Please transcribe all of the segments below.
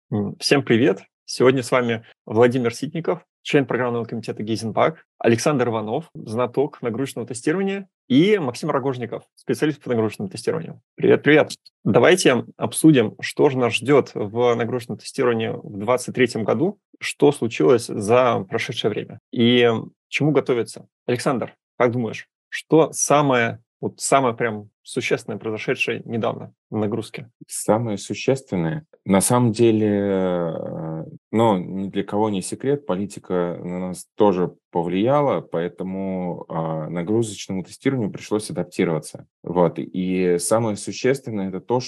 Всем привет! Сегодня с вами Владимир Ситников, член программного комитета Гейзенбак, Александр Иванов, знаток нагрузочного тестирования, и Максим Рогожников, специалист по нагрузочному тестированию. Привет-привет! Давайте обсудим, что же нас ждет в нагрузочном тестировании в 2023 году, что случилось за прошедшее время и чему готовиться. Александр, как думаешь, что самое прям существенное, произошедшее недавно в нагрузке? Самое существенное, на самом деле, ну, ни для кого не секрет, политика на нас тоже повлияла, поэтому нагрузочному тестированию пришлось адаптироваться. Вот. И самое существенное это то,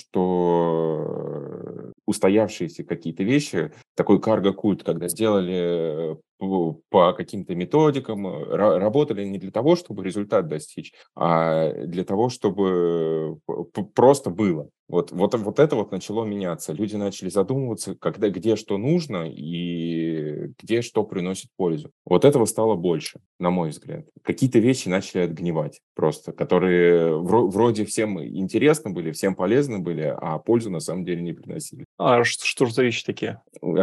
что устоявшиеся какие-то вещи, такой карго-культ, когда сделали по каким-то методикам, работали не для того, чтобы результат достичь, а для того, чтобы просто было. Вот это вот начало меняться. Люди начали задумываться, когда, где что нужно и где что приносит пользу. Вот этого стало больше, на мой взгляд. Какие-то вещи начали отгнивать просто, которые вроде всем интересны были, всем полезны были, а пользу на самом деле не приносили. А что же за вещи такие?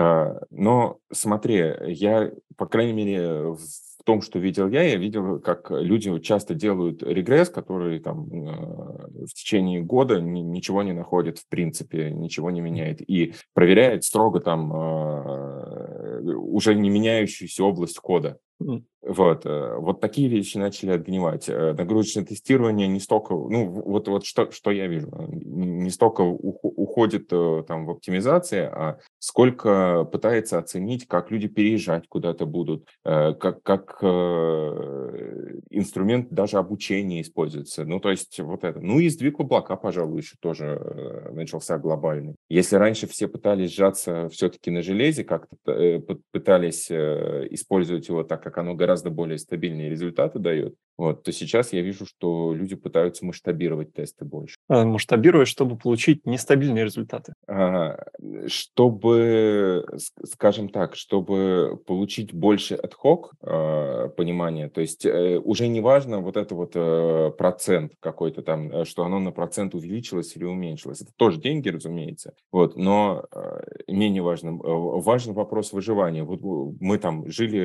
Но смотри, я, по крайней мере, в том, что видел я видел, как люди вот часто делают регресс, который там в течение года ничего не находит, в принципе, ничего не меняет, и проверяет строго там уже не меняющуюся область кода. М, Вот такие вещи начали отгнивать. Нагрузочное тестирование не столько, ну, вот что я вижу, не столько уходит там в оптимизации, а сколько пытается оценить, как люди переезжать куда-то будут, как инструмент даже обучения используется. Ну, то есть вот это. Ну и сдвиг в облака, пожалуй, еще тоже начался глобальный. Если раньше все пытались сжаться все-таки на железе, как-то пытались использовать его так, как оно гораздо более стабильные результаты дает, вот, то сейчас я вижу, что люди пытаются масштабировать тесты больше. Масштабируя, чтобы получить нестабильные результаты. Чтобы, скажем так, чтобы получить больше ad-hoc понимания, то есть уже не важно вот это вот процент какой-то там, что оно на процент увеличилось или уменьшилось. Это тоже деньги, разумеется, вот, но менее важным. Важен вопрос выживания. Вот мы там жили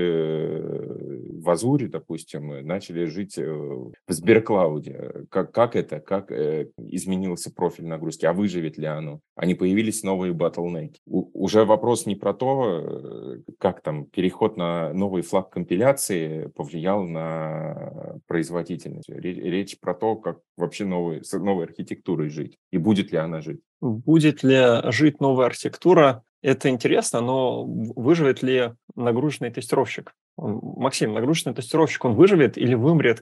в Азуре, допустим, начали жить в Сберклауде. Как это? Как изменился профиль нагрузки? А выживет ли оно? А не появились новые bottleneck? Уже вопрос не про то, как там переход на новый флаг компиляции повлиял на производительность. Речь про то, как вообще с новой архитектурой жить. И будет ли она жить. Будет ли жить новая архитектура? Это интересно, но выживет ли нагрузочный тестировщик? Максим, нагрузочный тестировщик, он выживет или вымрет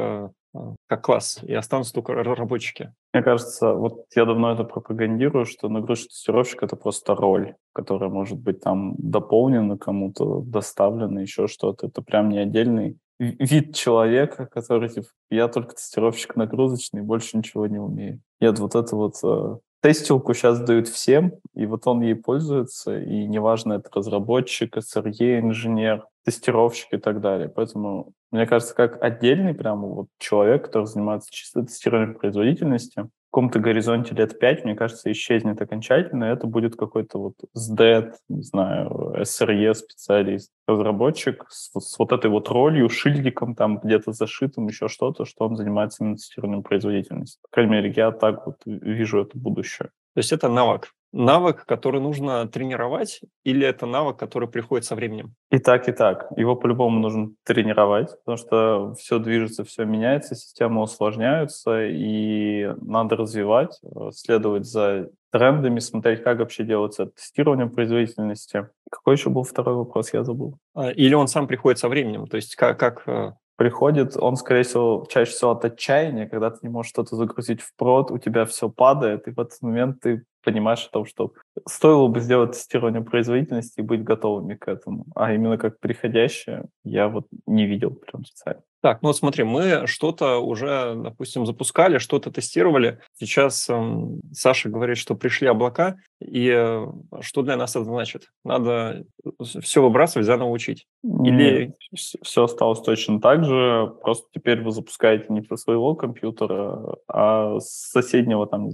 как класс, и останутся только разработчики? Мне кажется, вот я давно это пропагандирую, что нагрузочный тестировщик — это просто роль, которая может быть там дополнена кому-то, доставлена, еще что-то. Это прям не отдельный вид человека, который, типа, я только тестировщик нагрузочный, больше ничего не умею. Нет, вот это вот тестилку сейчас дают всем, и вот он ей пользуется, и неважно, это разработчик, SRE, инженер, тестировщик и так далее. Поэтому, мне кажется, как отдельный прям вот человек, который занимается чисто тестированием производительности, в каком-то горизонте лет 5, мне кажется, исчезнет окончательно, и это будет какой-то вот SDET, не знаю, SRE-специалист, разработчик с вот этой вот ролью, шильдиком там где-то зашитым, еще что-то, что он занимается именно тестированием производительности. По крайней мере, я так вот вижу это будущее. То есть это навык. Навык, который нужно тренировать, или это навык, который приходит со временем? И так, и так. Его по-любому нужно тренировать, потому что все движется, все меняется, системы усложняются, и надо развивать, следовать за трендами, смотреть, как вообще делается тестирование производительности. Какой еще был второй вопрос, я забыл. Или он сам приходит со временем? То есть Приходит он, скорее всего, чаще всего от отчаяния, когда ты не можешь что-то загрузить в прод, у тебя все падает, и в этот момент ты понимаешь о том, что стоило бы сделать тестирование производительности и быть готовыми к этому. А именно как приходящее я вот не видел прям специально. Так, ну вот смотри, мы что-то уже, допустим, запускали, что-то тестировали. Сейчас Саша говорит, что пришли облака, и что для нас это значит? Надо все выбрасывать, заново учить. Нет, Или все осталось точно так же, просто теперь вы запускаете не со своего компьютера, а с соседнего, там, не знаю,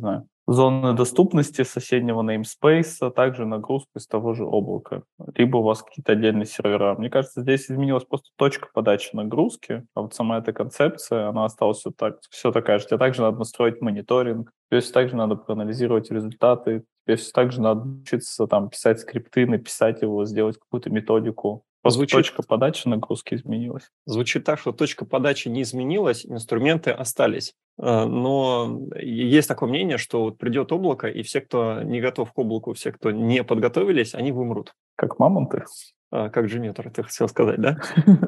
зоны доступности соседнего namespace, а также нагрузку из того же облака. Либо у вас какие-то отдельные сервера. Мне кажется, здесь изменилась просто точка подачи нагрузки, а вот сама эта концепция, она осталась все такая же. Тебе также надо настроить мониторинг, тебе все так же надо проанализировать результаты, тебе все так же надо учиться там писать скрипты, написать его, сделать какую-то методику. Просто Звучит, точка подачи нагрузки изменилась. звучит так, что точка подачи не изменилась, инструменты остались. Но есть такое мнение, что вот придет облако, и все, кто не готов к облаку, все, кто не подготовились, они вымрут. Как мамонты. Как Джимитер, ты хотел сказать, да?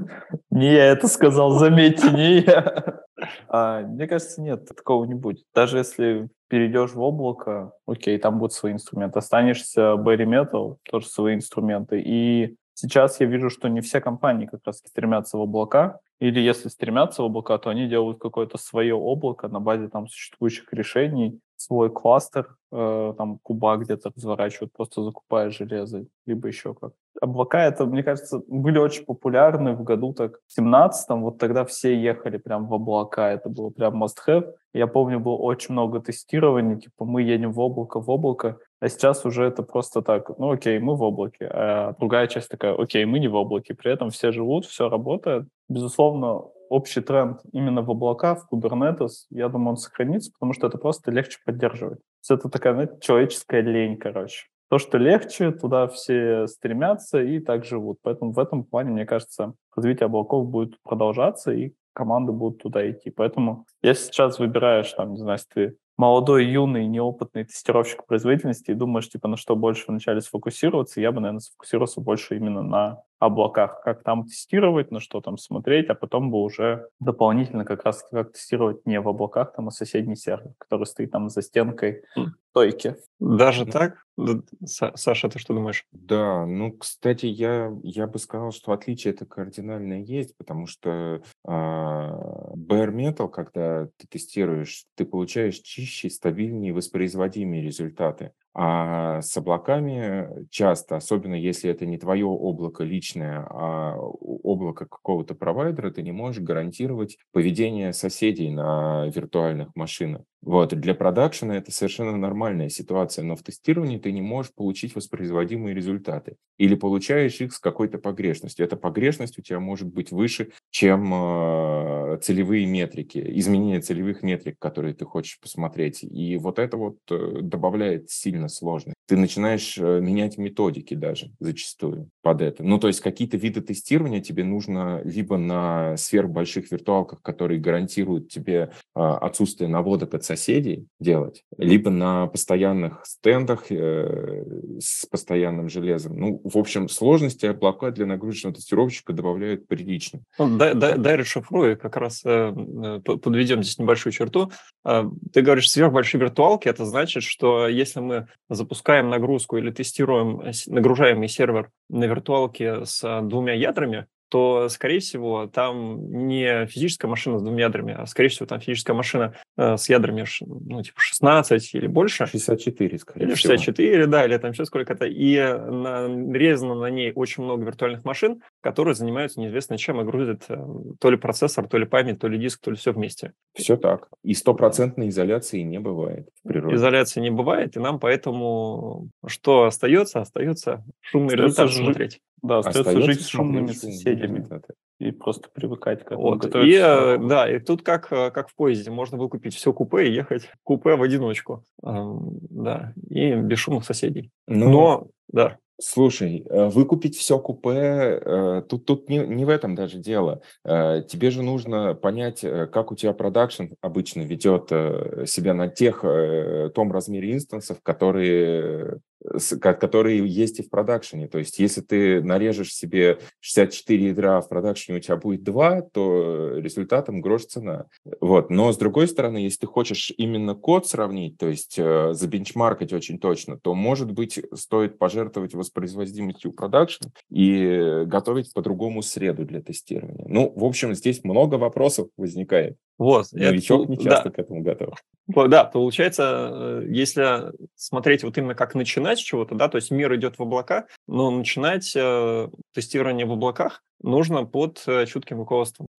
Не я это сказал, заметьте, не я. Мне кажется, нет, такого не будет. Даже если перейдешь в облако, окей, там будут свои инструменты. Останешься Bare Metal, тоже свои инструменты. И сейчас я вижу, что не все компании как раз стремятся в облака. Или если стремятся в облака, то они делают какое-то свое облако на базе там существующих решений, свой кластер, там куба где-то разворачивают, просто закупая железо, либо еще как. Облака, это, мне кажется, были очень популярны в году так в 17-м, вот тогда все ехали прям в облака, это было прям must-have. Я помню, было очень много тестирований, типа мы едем в облако, а сейчас уже это просто так, ну окей, мы в облаке, а другая часть такая, окей, мы не в облаке, при этом все живут, все работает. Безусловно, общий тренд именно в облака, в Kubernetes, я думаю, он сохранится, потому что это просто легче поддерживать. То есть это такая, знаете, человеческая лень, короче. То, что легче, туда все стремятся и так живут. Поэтому в этом плане, мне кажется, развитие облаков будет продолжаться, и команды будут туда идти. Поэтому если сейчас выбираешь, там, не знаю, если ты молодой, юный, неопытный тестировщик производительности и думаешь, типа, на что больше вначале сфокусироваться, я бы, наверное, сфокусировался больше именно на облаках, как там тестировать, на что там смотреть, а потом бы уже дополнительно как раз как тестировать не в облаках, там, а соседний сервер, который стоит там за стенкой стойки. Даже Ну, так? Саша, ты что думаешь? Да, ну, кстати, я бы сказал, что отличие это кардинальное есть, потому что bare metal, когда ты тестируешь, ты получаешь чище, стабильнее, воспроизводимые результаты. А с облаками часто, особенно если это не твое облако личное, а облако какого-то провайдера, ты не можешь гарантировать поведение соседей на виртуальных машинах. Вот, для продакшена это совершенно нормальная ситуация, но в тестировании ты не можешь получить воспроизводимые результаты. Или получаешь их с какой-то погрешностью. Эта погрешность у тебя может быть выше, чем целевые метрики, изменение целевых метрик, которые ты хочешь посмотреть. И вот это вот добавляет сильно сложность. Ты начинаешь менять методики даже зачастую под это. Ну, то есть какие-то виды тестирования тебе нужно либо на сверхбольших виртуалках, которые гарантируют тебе отсутствие наводок от соседей делать, либо на постоянных стендах с постоянным железом. Ну, в общем, сложности облака для нагрузочного тестировщика добавляют прилично. Ну, дай расшифрую, как раз подведем здесь небольшую черту. Ты говоришь, сверхбольшие виртуалки, это значит, что если мы запускаем нагрузку или тестируем нагружаемый сервер на виртуалке с двумя ядрами, то, скорее всего, там не физическая машина с двумя ядрами, а, скорее всего, там физическая машина с ядрами, ну, типа 16 или больше. 64, скорее Или всего. 64, да, или там еще сколько-то. И нарезано на ней очень много виртуальных машин, которые занимаются неизвестно чем и грузят то ли процессор, то ли память, то ли диск, то ли все вместе. Все так. И стопроцентной изоляции не бывает в природе. Изоляции не бывает, и нам поэтому что остается? Остается шумный результат смотреть. Да, остается жить с шумными смотреть шумные соседями результаты. и просто привыкать к этому. Вот. И, готовиться. да, и тут как в поезде. Можно выкупить все купе и ехать в купе в одиночку. Да, и без шумных соседей. Ну, Но, да. слушай, выкупить все купе, тут не в этом даже дело. Тебе же нужно понять, как у тебя продакшн обычно ведет себя на том размере инстансов, которые есть и в продакшене. То есть, если ты нарежешь себе 64 ядра, а в продакшене у тебя будет 2, то результатом грош цена. Вот. Но, с другой стороны, если ты хочешь именно код сравнить, то есть забенчмаркать очень точно, то, может быть, стоит пожертвовать воспроизводимостью продакшн и готовить по-другому среду для тестирования. Ну, в общем, здесь много вопросов возникает. Вот. Новичок не часто к этому готов. Да, получается, если смотреть вот именно как начинать с чего-то, да, то есть мир идет в облака, но начинать тестирование в облаках нужно под чутким руководством,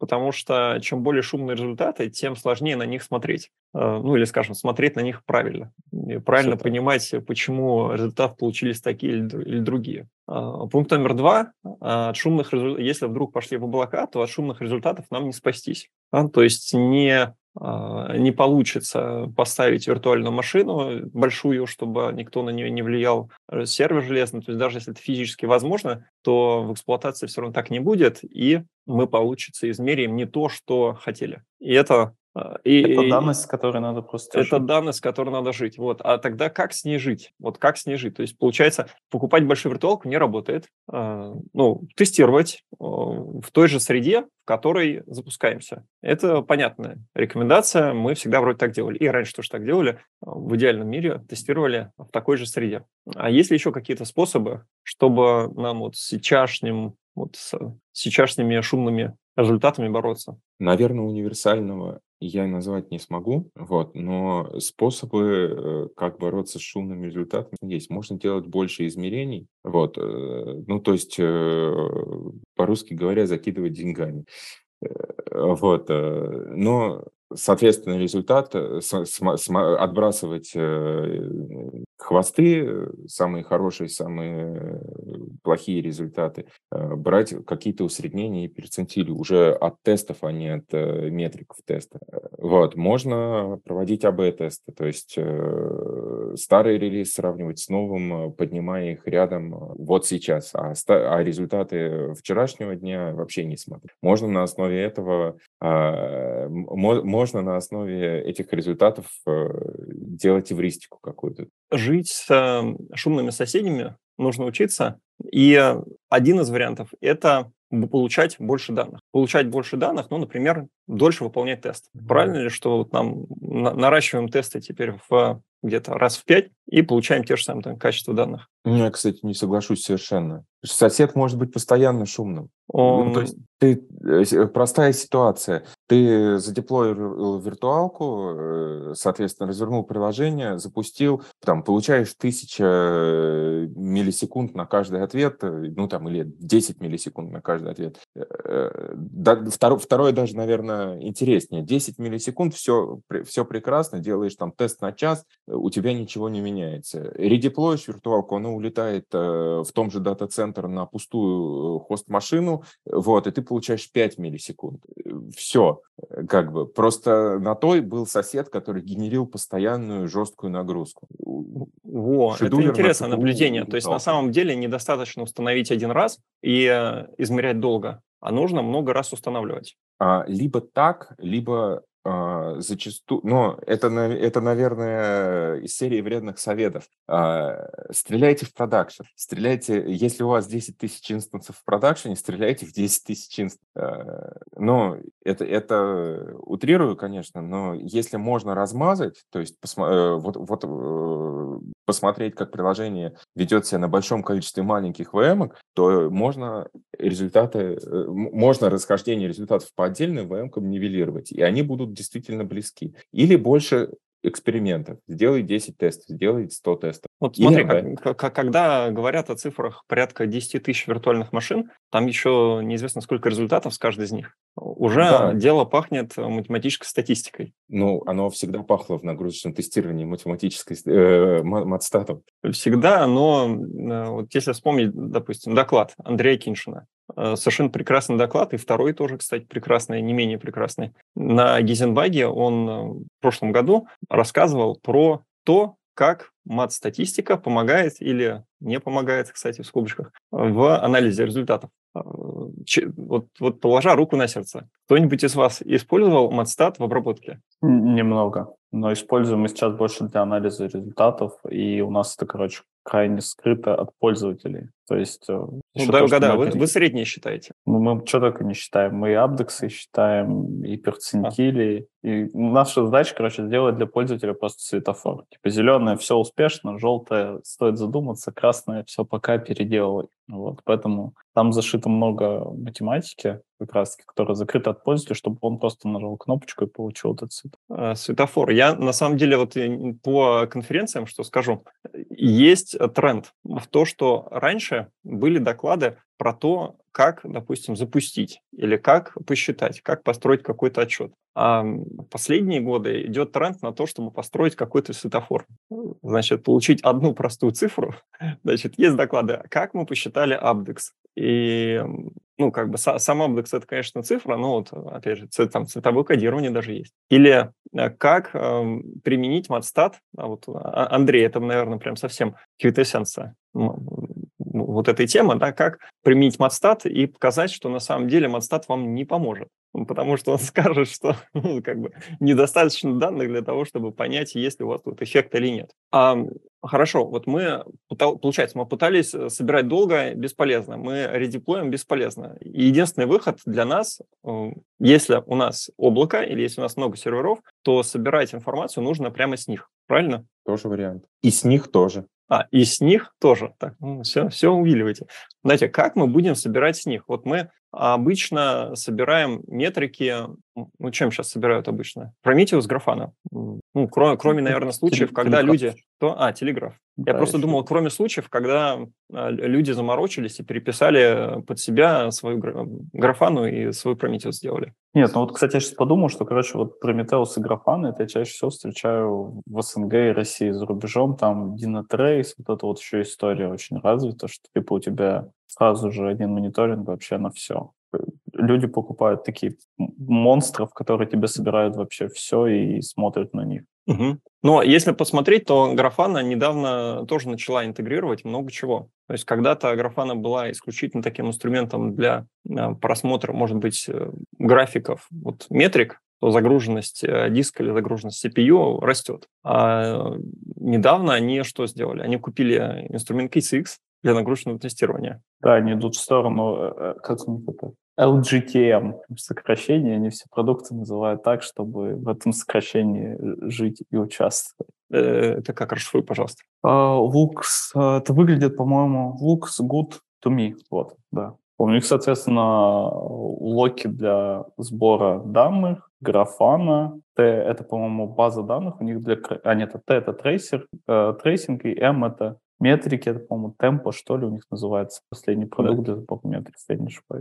потому что чем более шумные результаты, тем сложнее на них смотреть. Ну, или, скажем, смотреть на них правильно. И правильно понимать, почему результаты получились такие или другие. Пункт номер 2. Если вдруг пошли в облака, то от шумных результатов нам не спастись. То есть не получится поставить виртуальную машину большую, чтобы никто на нее не влиял, сервер железный. То есть даже если это физически возможно, то в эксплуатации все равно так не будет, и мы, получится, измерим не то, что хотели. И это данность, с которой надо просто жить. Это данность, с которой надо жить. Вот. А тогда как с ней жить? Вот как с ней жить? То есть, получается, покупать большую виртуалку не работает. Тестировать в той же среде, в которой запускаемся. Это понятная рекомендация. Мы всегда вроде так делали. И раньше тоже так делали. В идеальном мире тестировали в такой же среде. А есть ли еще какие-то способы, чтобы нам с сейчасшними шумными результатами бороться? Наверное, универсального я назвать не смогу, но способы, как бороться с шумными результатами, есть. Можно делать больше измерений, то есть, по-русски говоря, закидывать деньгами. Но, соответственно, результат отбрасывать хвосты, самые хорошие, самые плохие результаты, брать какие-то усреднения и перцентили уже от тестов, а не от метриков теста. Можно проводить АБ-тесты, то есть старый релиз сравнивать с новым, поднимая их рядом сейчас, а результаты вчерашнего дня вообще не смотреть. Можно на основе этих результатов делать эвристику какую-то. Жить с шумными соседями нужно учиться. И один из вариантов – это получать больше данных. Получать больше данных, например, дольше выполнять тест. Правильно ли, что нам наращиваем тесты теперь где-то раз в 5 и получаем те же самые качество данных? Я, кстати, не соглашусь совершенно. Сосед может быть постоянно шумным. То есть простая ситуация. Ты задеплоил виртуалку, соответственно, развернул приложение, запустил, получаешь 1000 миллисекунд на каждый ответ, или 10 миллисекунд на каждый ответ. Второе даже, наверное, интереснее. 10 миллисекунд, все прекрасно, делаешь тест на час, у тебя ничего не меняется. Редеплоишь виртуалку, она улетает в том же дата-центр на пустую хост-машину, и ты получаешь 5 миллисекунд. Все. Просто на той был сосед, который генерил постоянную жесткую нагрузку. Это интересное наблюдение. То есть на самом деле недостаточно установить один раз и измерять долго, а нужно много раз устанавливать. Либо так, либо зачастую, это, наверное, из серии вредных советов. Стреляйте в продакшн. Стреляйте, если у вас 10 тысяч инстансов в продакшене, стреляйте в 10 тысяч инстансов. Это утрирую, конечно, но если можно размазать, то есть посмотреть, как приложение ведет себя на большом количестве маленьких VM, то можно расхождение результатов по отдельным VM-кам нивелировать, и они будут действительно близки. Или больше экспериментов. Сделай 10 тестов, сделай 100 тестов. Смотри, когда говорят о цифрах порядка 10 тысяч виртуальных машин, там еще неизвестно, сколько результатов с каждой из них. Уже дело пахнет математической статистикой. Оно всегда пахло в нагрузочном тестировании математической матстатом. Всегда, но если вспомнить, допустим, доклад Андрея Киншина, совершенно прекрасный доклад, и второй тоже, кстати, прекрасный, не менее прекрасный. На Гейзенбаге он в прошлом году рассказывал про то, как мат-статистика помогает или не помогает, кстати, в скобочках, в анализе результатов. Положа руку на сердце, кто-нибудь из вас использовал матстат в обработке? Немного, но используем мы сейчас больше для анализа результатов, и у нас это, крайне скрыто от пользователей. То есть... дай угадаю, вы средние считаете? Мы что только не считаем. Мы и абдексы считаем, и перцентили. И наша задача, сделать для пользователя просто светофор. зеленое — все успешно, желтое — стоит задуматься, красное — все пока переделывай. Поэтому там зашито много математики, которая закрыта от пользователя, чтобы он просто нажал кнопочку и получил этот цвет. Светофор. Я, на самом деле, по конференциям, что скажу, есть тренд в то, что раньше были доклады про то, как, допустим, запустить или как посчитать, как построить какой-то отчет. А последние годы идет тренд на то, чтобы построить какой-то светофор. Значит, получить одну простую цифру. Значит, есть доклады, как мы посчитали абдекс. И, как бы сам абдекс — это, конечно, цифра, но вот, опять же, там цветовое кодирование даже есть. Или как применить матстат. Андрей, это, наверное, прям совсем квитэссенция вот этой темы, да, как применить матстат и показать, что на самом деле матстат вам не поможет. Потому что он скажет, что недостаточно данных для того, чтобы понять, есть ли у вас тут эффект или нет. Хорошо, вот получается, мы пытались собирать долго, бесполезно. Мы редеплоим, бесполезно. И единственный выход для нас, если у нас облако или если у нас много серверов, то собирать информацию нужно прямо с них. Правильно? Тоже вариант. И с них тоже. И с них тоже. Так, все увиливайте. Знаете, как мы будем собирать с них? Вот мы обычно собираем метрики. Чем сейчас собирают обычно? Prometheus, Grafana. Кроме, наверное, случаев, когда люди... Телеграф. Я просто думал, кроме случаев, когда люди заморочились и переписали под себя свою Grafana и свой Prometheus сделали. Нет, кстати, я сейчас подумал, что, Prometheus и Grafana это я чаще всего встречаю в СНГ и России. За рубежом там Dynatrace, вот эта вот еще история очень развита, что у тебя сразу же один мониторинг вообще на все. Люди покупают такие монстров, которые тебе собирают вообще все и смотрят на них. Угу. Но если посмотреть, то Grafana недавно тоже начала интегрировать много чего. То есть когда-то Grafana была исключительно таким инструментом для просмотра, может быть, графиков, метрик, то загруженность диска или загруженность CPU растет. А недавно они что сделали? Они купили инструмент KSX для нагрузочного тестирования. Да, они идут в сторону, как у них это? LGTM, сокращение, они все продукты называют так, чтобы в этом сокращении жить и участвовать. Это как? Расшифруй, пожалуйста. Looks, это выглядит, по-моему, looks good to me, да. У них, соответственно, локи для сбора данных, Grafana, T — это, по-моему, база данных, у них это T — это трейсинг, и M — это метрики, это, по-моему, Tempo, что ли, у них называется, последний продукт для сбора метрик, если я не ошибаюсь.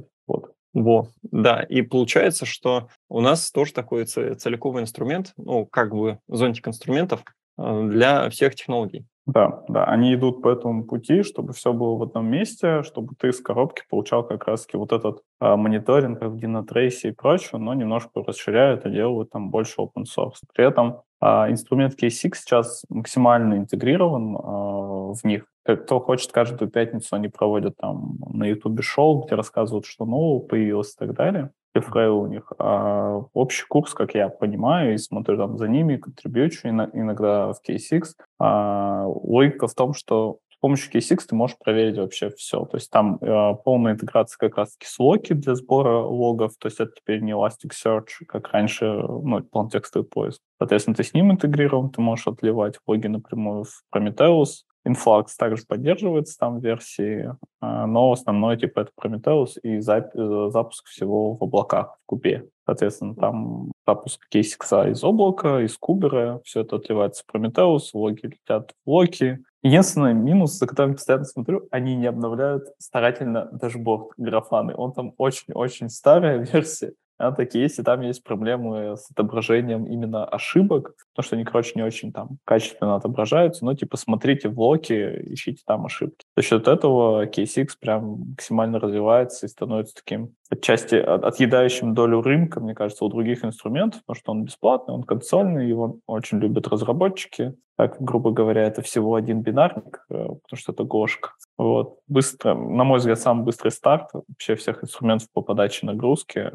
Да, и получается, что у нас тоже такой целиковый инструмент, зонтик инструментов для всех технологий. Да, они идут по этому пути, чтобы все было в одном месте, чтобы ты из коробки получал как раз-таки вот этот мониторинг, как в Dynatrace и прочее, но немножко расширяют и делают там больше open source. При этом инструмент KSX сейчас максимально интегрирован в них. Кто хочет, каждую пятницу они проводят там на YouTube шоу, где рассказывают, что нового появилось и так далее. Фрейл у них. Общий курс, как я понимаю, и смотрю там за ними, контрибьючу иногда в KSX. Логика в том, что с помощью KSX ты можешь проверить вообще все. То есть там полная интеграция как раз-таки с Loki для сбора логов. То есть это теперь не Elasticsearch, как раньше, полнотекстовый поиск. Соответственно, ты с ним интегрирован, ты можешь отливать логи напрямую в Prometheus. Influx также поддерживается там в версии, но основной это Prometheus и запуск всего в облаках, в кубе. Соответственно, там запуск KSX из облака, из кубера, все это отливается в Prometheus, логи летят в Loki. Единственный минус, за которым я постоянно смотрю, они не обновляют старательно дашборд Grafana. Он там очень-очень старая версия. Она такие есть, и там есть проблемы с отображением именно ошибок, потому что они, не очень там качественно отображаются, но смотрите в локи, ищите там ошибки. За счет этого KSX прям максимально развивается и становится таким отчасти отъедающим долю рынка, мне кажется, у других инструментов, потому что он бесплатный, он консольный, его очень любят разработчики. Так, грубо говоря, это всего один бинарник, потому что это Гошка. Быстро, на мой взгляд, самый быстрый старт вообще всех инструментов по подаче нагрузки.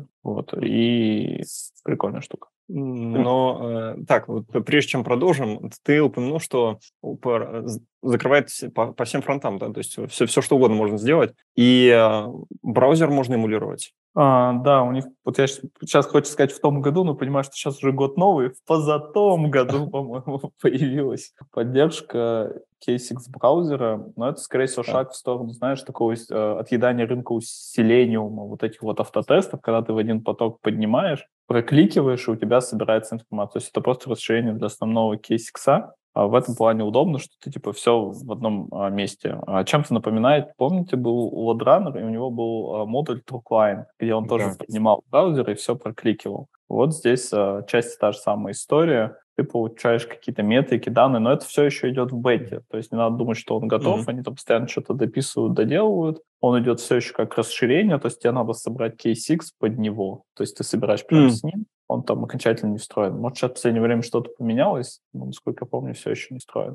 И прикольная штука. Но прежде чем продолжим, ты упомянул, что закрывает по всем фронтам, да, то есть все, что угодно можно сделать, и браузер можно эмулировать. Да, у них, я сейчас хочу сказать в том году, но понимаю, что сейчас уже год новый, в позатом году, по-моему, появилась поддержка KSX браузера, но это, скорее всего, шаг в сторону, такого отъедания рынка усилениума, этих автотестов, когда ты в один поток поднимаешь, прокликиваешь, и у тебя собирается информация. То есть это просто расширение для основного KSX, в этом плане удобно, что ты типа все в одном месте. Чем-то напоминает, помните, был LoadRunner, и у него был модуль TrueCline, где он тоже Да. поднимал браузер и все прокликивал. Вот здесь часть та же самая история. Ты получаешь какие-то метрики, данные, но это все еще идет в бете. То есть не надо думать, что он готов, они там постоянно что-то дописывают, доделывают. Он идет все еще как расширение, то есть тебе надо собрать KSX под него. То есть ты собираешь прямо с ним, он там окончательно не встроен. Может, сейчас в последнее время что-то поменялось, но, насколько я помню, все еще не встроен.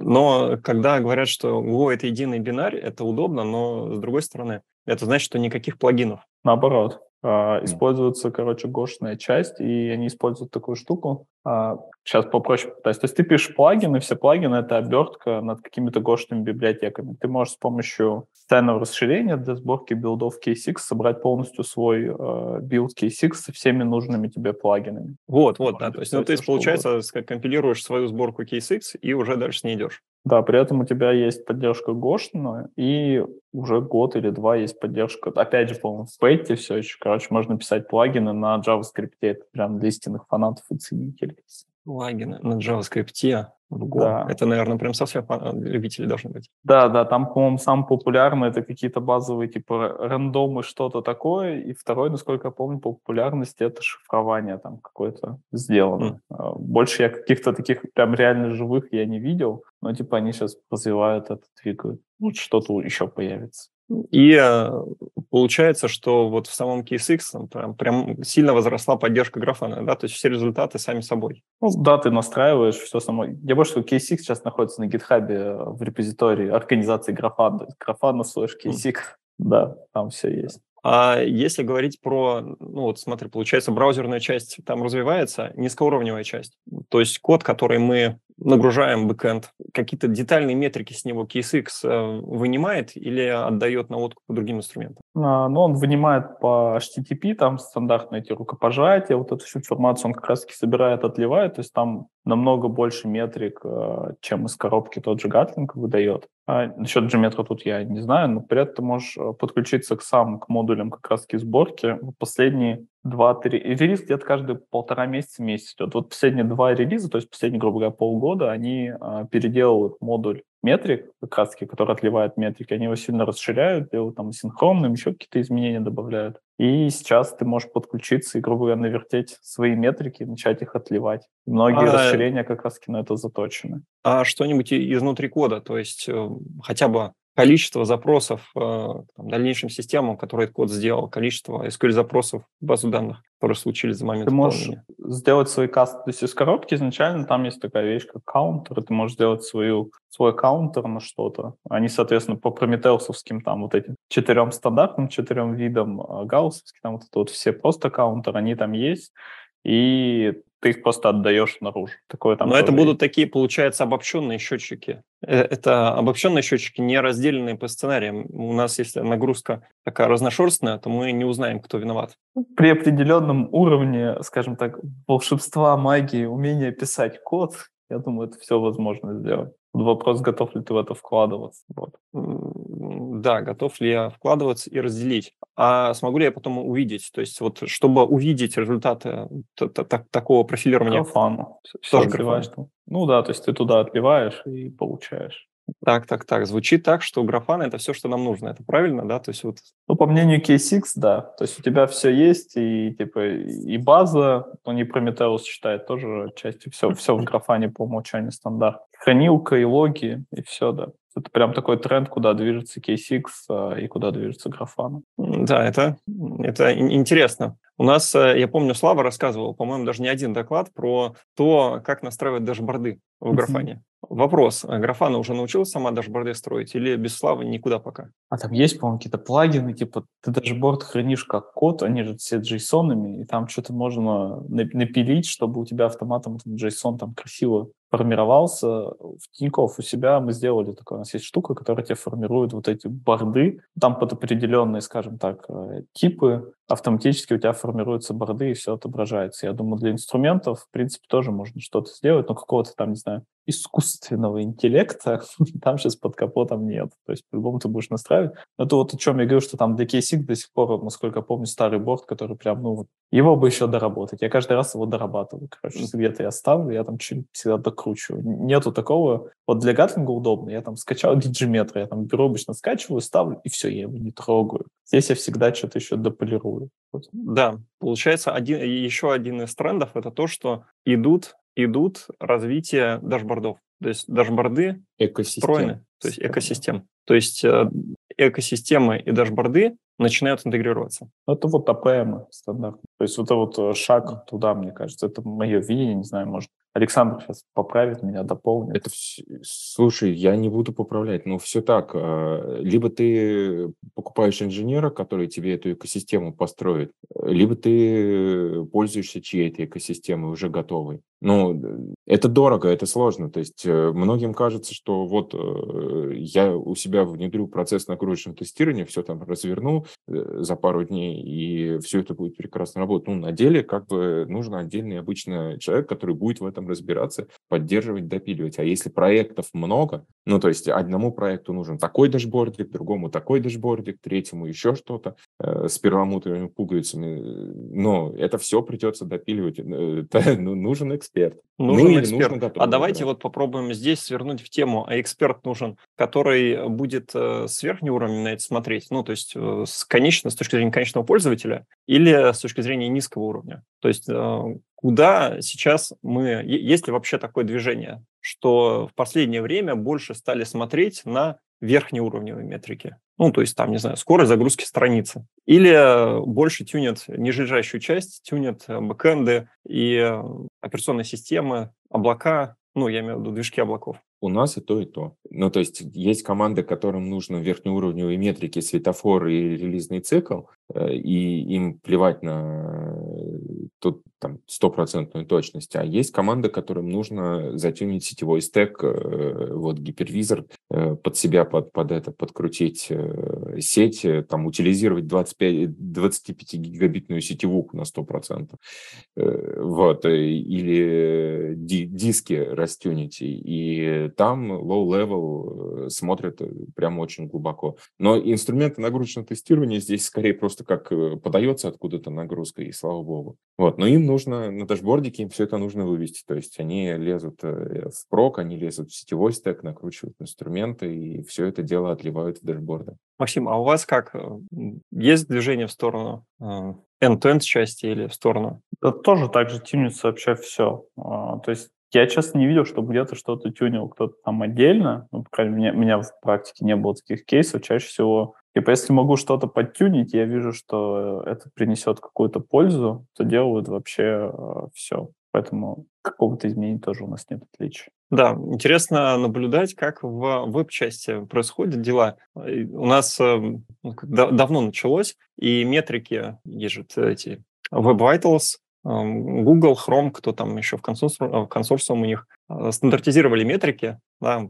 Но когда говорят, что Go — это единый бинарь, это удобно, но, с другой стороны, это значит, что никаких плагинов. Наоборот. Используется, гошная часть, и они используют такую штуку. Сейчас попроще попытаюсь. То есть ты пишешь плагины, все плагины — это обертка над какими-то гошными библиотеками. Ты можешь с помощью специального расширения для сборки билдов KSX собрать полностью свой билд KSX со всеми нужными тебе плагинами. Вот, да. То есть, получается, компилируешь свою сборку KSX и уже дальше не идешь. Да, при этом у тебя есть поддержка гошная, и уже год или два есть поддержка, опять же, по-моему, в Петте все еще. Можно писать плагины на JavaScript. Это прям для истинных фанатов и ценителей. Плагины на JavaScript в Go. Да. Это, наверное, прям совсем любители должны быть. Да, там, по-моему, самый популярный — это какие-то базовые, типа, рандомы, что-то такое, и второй, насколько я помню, по популярности — это шифрование там какое-то сделано. Больше я каких-то таких прям реально живых я не видел, но, типа, они сейчас развивают это, двигают. Вот что-то еще появится. И получается, что вот в самом KSX прям сильно возросла поддержка графана, да, то есть все результаты сами собой. Да, ты настраиваешь все само. Я больше всего KSX сейчас находится на GitHub в репозитории организации Grafana. Grafana / KSX. Да, там все есть. А если говорить про, смотри, получается, браузерная часть там развивается, низкоуровневая часть. То есть код, который мы нагружаем в бэкэнд, какие-то детальные метрики с него KSX вынимает или отдает на откуп по другим инструментам? Он вынимает по HTTP, там стандартные эти рукопожатия, вот эту всю информацию он как раз-таки собирает, отливает, то есть там намного больше метрик, чем из коробки тот же Gatling выдает. Насчет Gmetro тут я не знаю, но при этом ты можешь подключиться к модулям как раз-таки сборки. Последние 2-3 релиз где-то каждые 1,5 месяца идет. Вот последние 2 релиза, то есть последние, грубо говоря, полгода, они переделывают модуль метрик, как раз-таки, который отливает метрики, они его сильно расширяют, делают там синхронным, еще какие-то изменения добавляют. И сейчас ты можешь подключиться и, грубо говоря, навертеть свои метрики, начать их отливать. Многие расширения как раз-таки на это заточены. А что-нибудь изнутри кода, то есть хотя бы количество запросов дальнейшим системам, которые этот код сделал, количество SQL-запросов в базу данных, которые случились за момент выполнения. Ты можешь сделать свои касты. То есть из коробки изначально там есть такая вещь, как каунтер, и ты можешь сделать свой каунтер на что-то. Они, соответственно, по прометеусовским там вот этим 4 стандартным, 4 видам гауссовским, там вот все просто каунтеры, они там есть, и ты их просто отдаешь наружу. Такое там. Но это будут такие, получается, обобщенные счетчики. Это обобщенные счетчики, не разделенные по сценариям. У нас, если нагрузка такая разношерстная, то мы не узнаем, кто виноват. При определенном уровне, скажем так, волшебства, магии, умения писать код, я думаю, это все возможно сделать. Вопрос, готов ли ты в это вкладываться. Вот. Да, готов ли я вкладываться и разделить. А смогу ли я потом увидеть? То есть вот, чтобы увидеть результаты такого профилирования... Графану. Тоже графану. То есть ты туда отливаешь и получаешь. Так. Звучит так, что графан — это все, что нам нужно. Это правильно, да? То есть вот... По мнению KSX, да. То есть у тебя все есть, и и база, не Prometheus считает тоже частью. Все в графане по умолчанию стандарт. Хранилка и логи, и все, да. Это прям такой тренд, куда движется KSX и куда движется графана. Да, это интересно. У нас, я помню, Слава рассказывал, по-моему, даже не один доклад про то, как настраивать дашборды в графане. Вопрос, графана уже научилась сама дашборды строить или без Славы никуда пока? Там есть, по-моему, какие-то плагины, типа ты дашборд хранишь как код, они же все JSON-ами, и там что-то можно напилить, чтобы у тебя автоматом JSON там красиво формировался. В Тинькофф у себя мы сделали такое, у нас есть штука, которая тебе формирует вот эти борды, там под определенные, скажем так, типы, автоматически у тебя формируются борды и все отображается. Я думаю, для инструментов, в принципе, тоже можно что-то сделать, но какого-то там, не знаю, искусственного интеллекта там сейчас под капотом нет. То есть по-любому ты будешь настраивать. Но это вот о чем я говорю, что там для KSX до сих пор, насколько я помню, старый борд, который прям, его бы еще доработать. Я каждый раз его дорабатываю. Где-то я ставлю, я там чуть всегда докручиваю. Нету такого. Вот для гатлинга удобно. Я там скачал диджиметр, я там беру обычно скачиваю, ставлю, и все, я его не трогаю. Здесь я всегда что-то еще дополирую. Вот. Да, получается, еще один из трендов – это то, что идут развитие дашбордов. То есть дашборды встроены, то есть экосистем. То есть экосистемы и дашборды начинают интегрироваться. Это вот АПМ стандартно. То есть это вот шаг туда, мне кажется. Это мое видение, не знаю, может, Александр сейчас поправит меня, дополнит. Слушай, я не буду поправлять, но все так. Либо ты покупаешь инженера, который тебе эту экосистему построит, либо ты пользуешься чьей-то экосистемой уже готовой. Ну, это дорого, это сложно. То есть многим кажется, что вот я у себя внедрю процесс нагрузочного тестирования, все там разверну за пару дней, и все это будет прекрасно работать. Ну, на деле как бы нужен отдельный обычно человек, который будет в этом разбираться, поддерживать, допиливать. А если проектов много, ну, то есть одному проекту нужен такой дашбордик, другому такой дашбордик, третьему еще что-то с перламутровыми пуговицами, но это все придется допиливать. Нужен эксперт. Нужен эксперт. Нужно готовый. А давайте вот попробуем здесь свернуть в тему. А эксперт нужен, который будет с верхнего уровня на это смотреть, ну, то есть с точки зрения конечного пользователя или с точки зрения низкого уровня. То есть куда сейчас есть ли вообще такое движение, что в последнее время больше стали смотреть на верхнеуровневые метрики? Ну, то есть там, не знаю, скорость загрузки страницы. Или больше тюнят нижайшую часть, тюнят бэкэнды и операционные системы, облака, ну, я имею в виду движки облаков. У нас и то, и то. Ну, то есть есть команды, которым нужно верхнеуровневые метрики, светофор и релизный цикл, и им плевать на тут там 100% точность. А есть команды, которым нужно затюнить сетевой стек, вот гипервизор, под себя подкрутить сеть, там утилизировать 25-гигабитную сетевуху на 100%. Вот, или диски растюнить, и там low-level смотрят прямо очень глубоко. Но инструменты нагрузочного тестирования здесь скорее просто как подается откуда-то нагрузка, и слава богу. Вот, но им нужно на дашбордике, им все это нужно вывести, то есть они лезут в прок, они лезут в сетевой стек, накручивают инструменты, и все это дело отливают в дашборды. Максим, а у вас как? Есть движение в сторону end-to-end части или в сторону? Да, тоже так же тюнится вообще все. То есть я, честно, не видел, чтобы где-то что-то тюнил кто-то там отдельно. Ну, по крайней мере, у меня в практике не было таких кейсов. Чаще всего, типа, если могу что-то подтюнить, я вижу, что это принесет какую-то пользу, то делают вообще все. Поэтому какого-то изменения тоже у нас нет отличия. Да, интересно наблюдать, как в веб-части происходят дела. У нас давно началось, и метрики, есть же эти Web Vitals, Google, Chrome, кто там еще в консорциуме у них, стандартизировали метрики, да,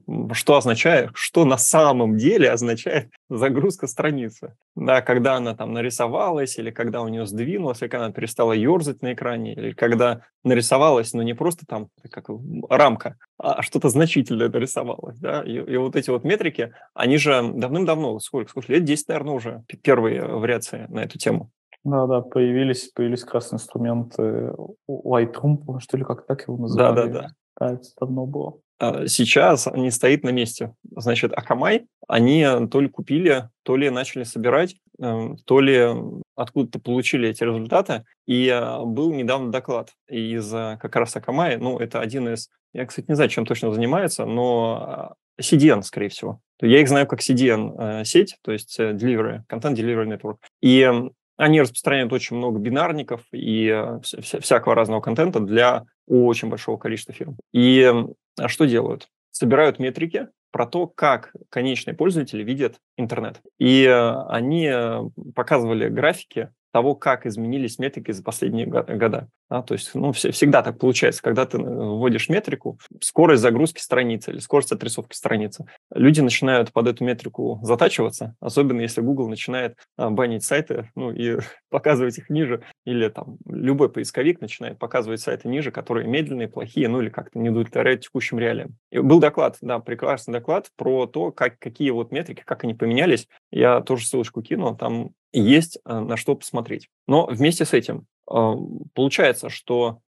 что на самом деле означает загрузка страницы. Да, когда она там нарисовалась, или когда у нее сдвинулась, или когда она перестала ерзать на экране, или когда нарисовалась, но не просто там как рамка, а что-то значительное нарисовалось. Да? И вот эти вот метрики, они же давным-давно, сколько лет, 10, наверное, уже, первые вариации на эту тему. Да, появились как раз инструменты Lightroom, что ли, как так его называли. Да. Да, это давно было. Сейчас они стоят на месте. Значит, Akamai они то ли купили, то ли начали собирать, то ли откуда-то получили эти результаты. И был недавно доклад из как раз Akamai. Ну, это один из... Я, кстати, не знаю, чем точно занимается, но CDN, скорее всего. Я их знаю как CDN-сеть, то есть Content Delivery Network. И они распространяют очень много бинарников и всякого разного контента для очень большого количества фирм. И что делают? Собирают метрики про то, как конечные пользователи видят интернет. И они показывали графики того, как изменились метрики за последние года. Да, то есть всегда так получается, когда ты вводишь метрику, скорость загрузки страницы или скорость отрисовки страницы, люди начинают под эту метрику затачиваться, особенно если Google начинает банить сайты, и показывать их ниже, или там любой поисковик начинает показывать сайты ниже, которые медленные, плохие, или как-то не удовлетворяют текущим реалиям. И был доклад, да, прекрасный доклад про то, какие вот метрики, как они поменялись. Я тоже ссылочку кину, там есть на что посмотреть. Но вместе с этим получается, что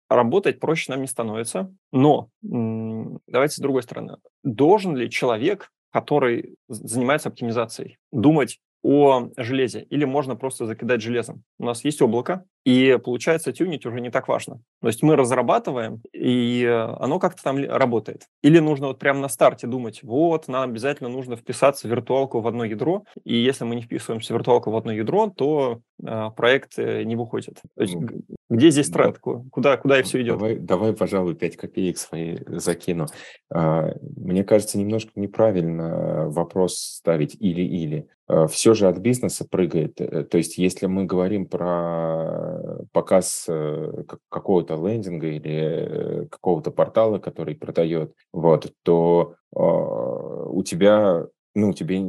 работать проще нам не становится. Но давайте с другой стороны. Должен ли человек, который занимается оптимизацией, думать о железе, или можно просто закидать железом? У нас есть облако, и получается тюнить уже не так важно. То есть мы разрабатываем, и оно как-то там работает. Или нужно вот прямо на старте думать, вот, нам обязательно нужно вписаться в виртуалку в одно ядро, и если мы не вписываемся в виртуалку в одно ядро, то проект не выходит. То есть где здесь тренд? Куда и все идет? Давай, пожалуй, 5 копеек свои закину. Мне кажется, немножко неправильно вопрос ставить или-или. Все же от бизнеса прыгает. То есть если мы говорим про показ какого-то лендинга или какого-то портала, который продает, вот, то у тебя... тебе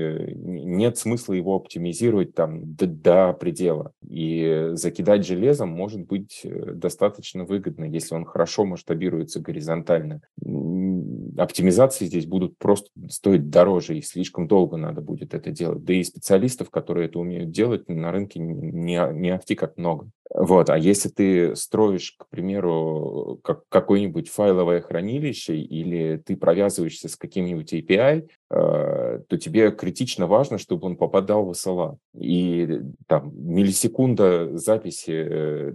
нет смысла его оптимизировать там до предела. И закидать железом может быть достаточно выгодно, если он хорошо масштабируется горизонтально. Оптимизации здесь будут просто стоить дороже, и слишком долго надо будет это делать. Да и специалистов, которые это умеют делать, на рынке не ахти как много. Вот. А если ты строишь, к примеру, какое-нибудь файловое хранилище или ты провязываешься с каким-нибудь API, то тебе критично важно, чтобы он попадал в SLA. И там миллисекунда записи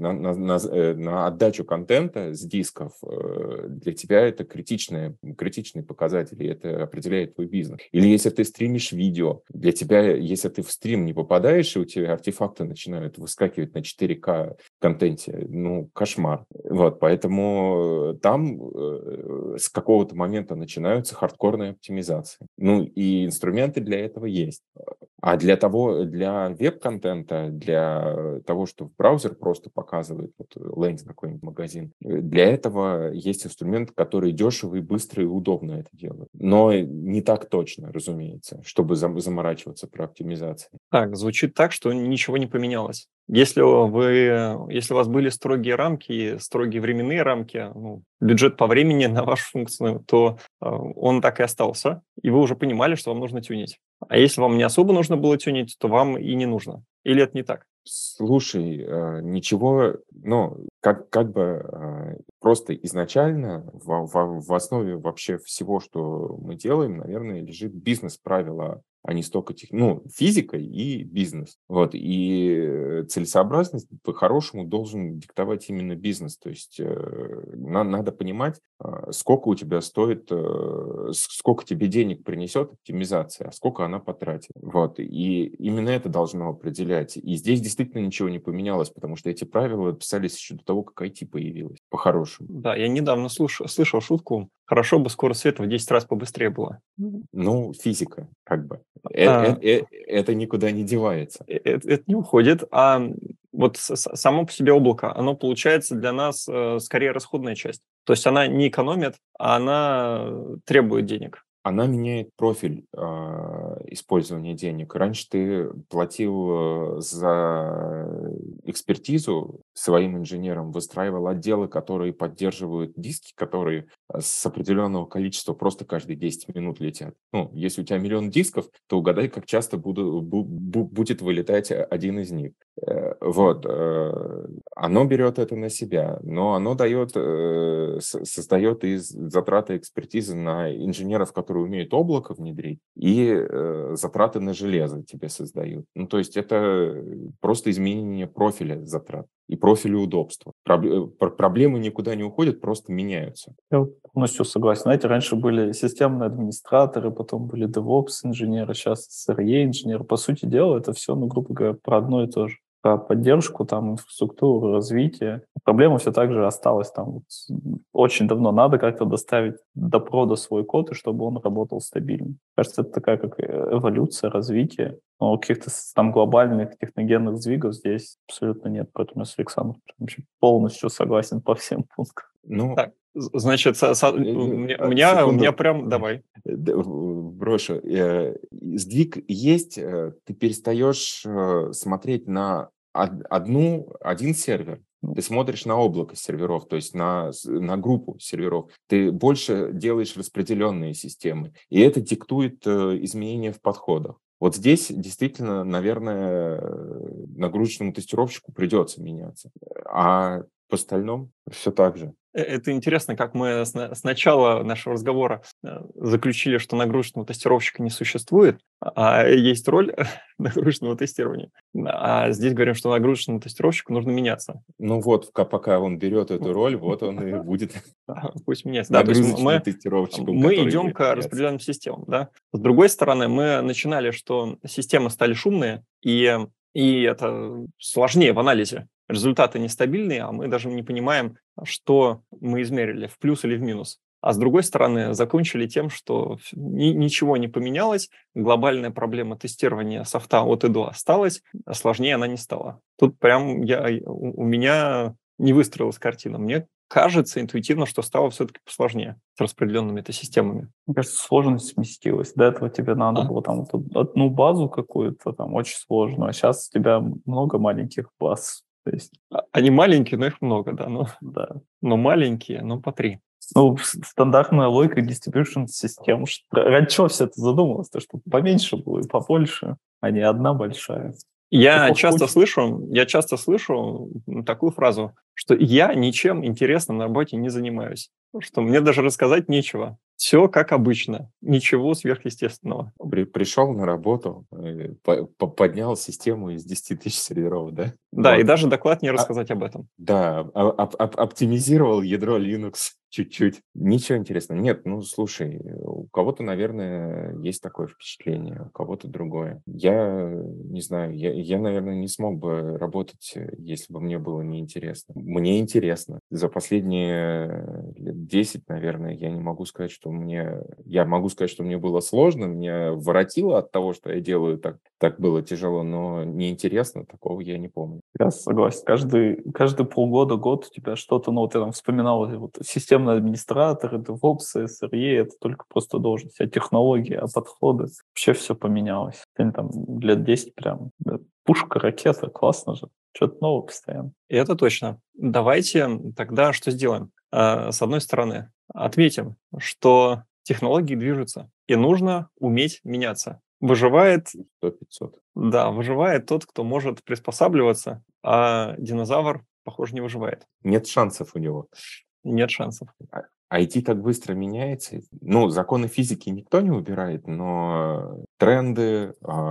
на отдачу контента с дисков для тебя это критичный показатель, и это определяет твой бизнес. Или если ты стримишь видео, для тебя, если ты в стрим не попадаешь, и у тебя артефакты начинают выскакивать на 4К контенте, кошмар. Вот, поэтому там с какого-то момента начинаются хардкорные оптимизации. И инструменты для этого есть. А для веб-контента, для того, что браузер просто показывает лендинг какой-нибудь магазин, для этого есть инструмент, который дешево и быстро и удобно это делает. Но не так точно, разумеется, чтобы заморачиваться про оптимизацию. Так, звучит так, что ничего не поменялось. Если у вас были строгие рамки, строгие временные рамки, бюджет по времени на вашу функцию, то он так и остался, и вы уже понимали, что вам нужно тюнить. А если вам не особо нужно было тюнить, то вам и не нужно. Или это не так? Слушай, ничего, как бы просто изначально в основе вообще всего, что мы делаем, наверное, лежит бизнес-правило, а не столько физика и бизнес. Вот, и целесообразность по-хорошему должен диктовать именно бизнес. То есть надо понимать, сколько у тебя стоит, сколько тебе денег принесет оптимизация, а сколько она потратит. Вот, и именно это должно определять. И здесь действительно ничего не поменялось, потому что эти правила писались еще до того, как IT появилось, по-хорошему. Да, я недавно слышал шутку, хорошо бы скорость света в 10 раз побыстрее была. Физика, как бы. Это никуда не девается. Это не уходит, а вот само по себе облако, оно получается для нас скорее расходная часть. То есть она не экономит, а она требует денег. Она меняет профиль использования денег. Раньше ты платил за экспертизу своим инженерам, выстраивал отделы, которые поддерживают диски, которые с определенного количества просто каждые 10 минут летят. Если у тебя миллион дисков, то угадай, как часто будет вылетать один из них. Вот. Оно берет это на себя, но оно создает из затраты экспертизы на инженеров, которые умеют облако внедрить, и затраты на железо тебе создают. То есть это просто изменение профиля затрат и профиля удобства. Проблемы никуда не уходят, просто меняются. Я полностью согласен. Знаете, раньше были системные администраторы, потом были DevOps-инженеры, сейчас SRE-инженеры. По сути дела, это все, грубо говоря, про одно и то же. Про поддержку, инфраструктуру, развитие. Проблема все так же осталась. Очень давно надо как-то доставить до прода свой код, и чтобы он работал стабильно. Кажется, это такая как эволюция, развитие. Но каких-то глобальных техногенных сдвигов здесь абсолютно нет. Поэтому я с Александром вообще полностью согласен по всем пунктам. Так, значит, у меня прям... Давай. Брошу. Сдвиг есть, ты перестаешь смотреть на один сервер, ты смотришь на облако серверов, то есть на группу серверов. Ты больше делаешь распределенные системы, и это диктует изменения в подходах. Вот здесь действительно, наверное, нагрузочному тестировщику придется меняться. А В остальном все так же. Это интересно, как мы с начала нашего разговора заключили, что нагрузочного тестировщика не существует, а есть роль нагрузочного тестирования. А здесь говорим, что нагрузочному тестировщику нужно меняться. Ну вот, пока он берет эту роль, вот он и будет Пусть меняется. Да, то есть нагрузочным тестировщиком, мы который идем будет к меняться. распределенным системам. Да? С другой стороны, мы начинали, что системы стали шумные, и это сложнее в анализе. Результаты нестабильные, а мы даже не понимаем, что мы измерили, в плюс или в минус. А с другой стороны, закончили тем, что ничего не поменялось, глобальная проблема тестирования софта от и до осталась, а сложнее она не стала. Тут прям у меня не выстроилась картина. Мне кажется интуитивно, что стало все-таки посложнее с распределенными системами. Мне кажется, сложность сместилась. До этого тебе надо было там одну базу какую-то, там очень сложную, а сейчас у тебя много маленьких баз. То есть, они маленькие, но их много, да. да. Но маленькие, но по 3. Ну, стандартная логика distribution систем. Ради чего все это задумалось? То, что поменьше было и побольше, а не одна большая. Я часто слышу такую фразу, что я ничем интересным на работе не занимаюсь, что мне даже рассказать нечего. Все как обычно, ничего сверхъестественного. Пришел на работу, поднял систему из 10 тысяч серверов, да? Да, вот. И даже доклад не рассказать об этом. Да, оптимизировал ядро Linux чуть-чуть. Ничего интересного. Нет, ну, слушай, у кого-то, наверное, есть такое впечатление, у кого-то другое. Я не знаю, я, наверное, не смог бы работать, если бы мне было неинтересно. Мне интересно. За последние лет 10, наверное, я не могу сказать, что я могу сказать, что мне было сложно, меня воротило от того, что я делаю, так было тяжело, но неинтересно, такого я не помню. Я согласен. Каждый полгода, год у тебя что-то, ну, вот я там вспоминал, вот, системные администраторы, DevOps, SRE, это только просто должность, а технологии, а подходы, вообще все поменялось. Там лет 10 прям, да, пушка, ракета, классно же, что-то новое постоянно. И это точно. Давайте тогда что сделаем? С одной стороны, отметим, что технологии движутся, и нужно уметь меняться. Выживает 100-500. Да, выживает тот, кто может приспосабливаться, а динозавр, похоже, не выживает. Нет шансов у него. Нет шансов. IT так быстро меняется. Ну, законы физики никто не убирает, но тренды,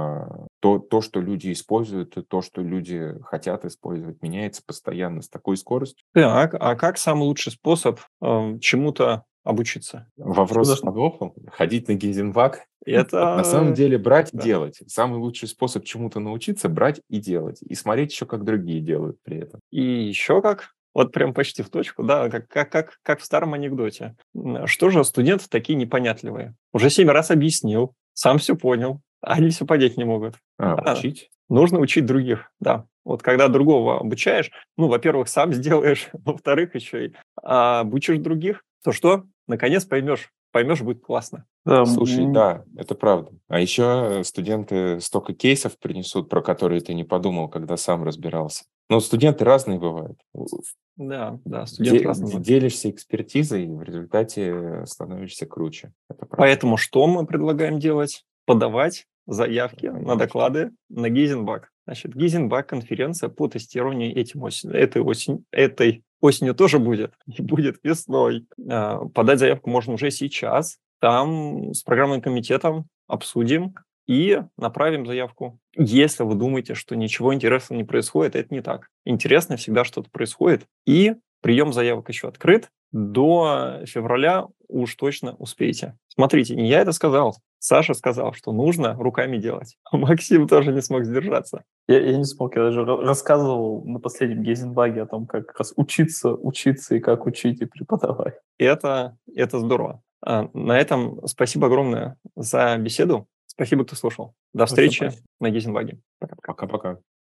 то, что люди используют, и то, что люди хотят использовать, меняется постоянно с такой скоростью. Так, а как самый лучший способ чему-то обучиться? Вопрос подвохом. Ходить на Гейзенбак. Это... На самом деле брать и Да. делать. Самый лучший способ чему-то научиться — брать и делать. И смотреть еще, как другие делают при этом. И еще как? Вот прям почти в точку, да, как в старом анекдоте. Что же студенты такие непонятливые? Уже 7 раз объяснил, сам все понял, а они все понять не могут. Учить? Нужно учить других, да. Вот когда другого обучаешь, ну, во-первых, сам сделаешь, во-вторых, еще и обучишь других, то что? Наконец поймешь, будет классно. Слушай, да, это правда. А еще студенты столько кейсов принесут, про которые ты не подумал, когда сам разбирался. Но студенты разные бывают. Да, студенты разные. Делишься экспертизой, и в результате становишься круче. Это правда. Поэтому что мы предлагаем делать? Подавать заявки на доклады на Гейзенбак. Значит, Гейзенбак конференция по тестированию этой осенью тоже будет, и будет весной. Подать заявку можно уже сейчас. Там с программным комитетом обсудим и направим заявку. Если вы думаете, что ничего интересного не происходит, это не так. Интересно всегда что-то происходит. И прием заявок еще открыт. До февраля уж точно успеете. Смотрите, не я это сказал. Саша сказал, что нужно руками делать. А Максим тоже не смог сдержаться. Я не смог, я даже рассказывал на последнем Гейзенбаге о том, как раз учиться и как учить и преподавать. Это здорово. На этом спасибо огромное за беседу. Спасибо, кто слушал. До встречи на Гейзенбаге. Пока-пока.